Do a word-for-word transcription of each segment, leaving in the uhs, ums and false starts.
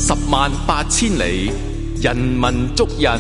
十萬八千里，人文足印。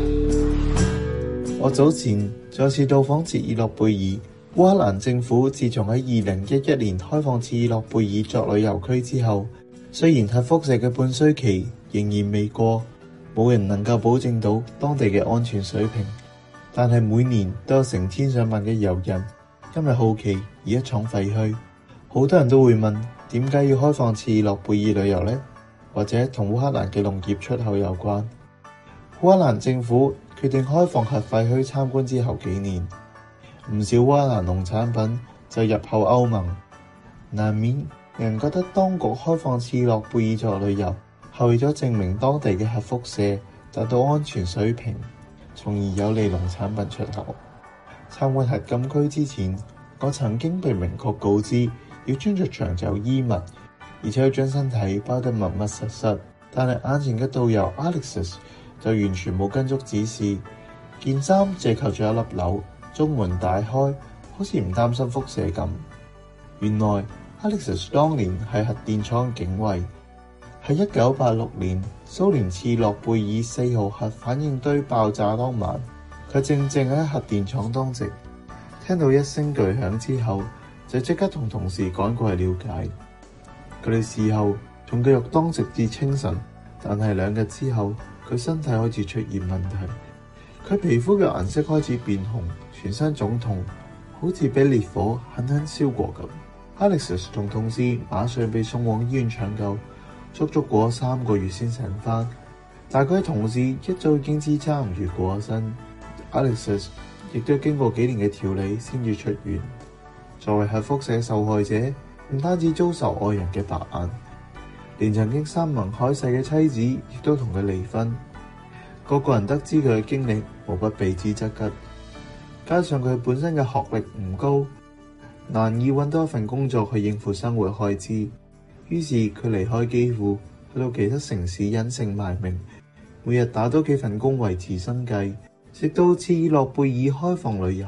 我早前再次到訪切爾諾貝爾。烏克蘭政府自從喺二零一一年開放切爾諾貝爾作旅遊區之後，雖然核輻射嘅半衰期仍然未過，冇人能夠保證到當地嘅安全水平，但係每年都有成千上萬嘅遊人因為好奇而一闖廢墟。好多人都會問，點解要開放切爾諾貝爾旅遊呢？或者同烏克蘭嘅農業出口有關。烏克蘭政府決定開放核廢墟參觀之後幾年，唔少烏克蘭農產品就入口歐盟，難免有人覺得當局開放切爾諾貝爾作旅遊係為咗證明當地嘅核輻射達到安全水平，從而有利農產品出口。參觀核禁區之前，我曾經被明確告知要穿着長袖衣物，而且要將身體包得密密實實。但係眼前嘅導遊 Alexis 就完全冇跟足指示，件衫借扣咗一粒紐，中門大開，好似唔擔心輻射咁。原來 Alexis 當年係核電廠警衛，喺一九八六年蘇聯切爾諾貝爾四號核反應堆爆炸當晚，佢正正喺核電廠當值。聽到一聲巨響之後，就即刻同同事趕過去了解。佢哋事後仲繼續當值至清晨，但係兩日之後，佢身體開始出現問題。佢皮膚嘅顏色開始變紅，全身腫痛，好似俾烈火狠狠燒過咁。Alexis 同同事馬上被送往醫院搶救，足足過咗三個月先醒返。但佢同事一早已經支撐唔住過咗身。Alexis 亦都經過幾年嘅調理先至出院。作為核輻射受害者，唔單止遭受愛人嘅白眼，連曾經山盟海誓嘅妻子亦都同佢離婚。個個人得知佢嘅經歷，無不避之則吉。加上佢本身嘅學歷唔高，難以揾到一份工作去應付生活開支，於是佢離開基輔，去到其他城市隱姓埋名，每日打多幾份工維持生計。直到切爾諾貝爾開放旅遊，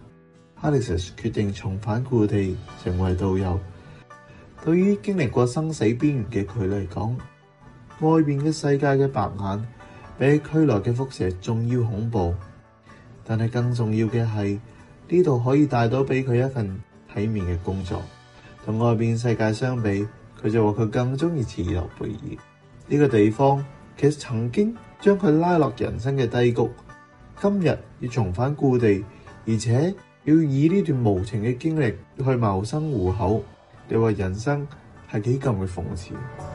Alexis 決定重返故地，成為導遊。對於經歷過生死邊緣嘅佢嚟講，外面嘅世界嘅白眼比區內嘅輻射仲要恐怖。但係更重要嘅係，呢度可以帶到俾佢一份體面嘅工作。同外面世界相比，佢就話佢更中意切爾諾貝爾呢個地方。其實曾經將佢拉落人生嘅低谷，今日要重返故地，而且要以呢段無情嘅經歷去謀生糊口，你話人生係幾咁嘅諷刺？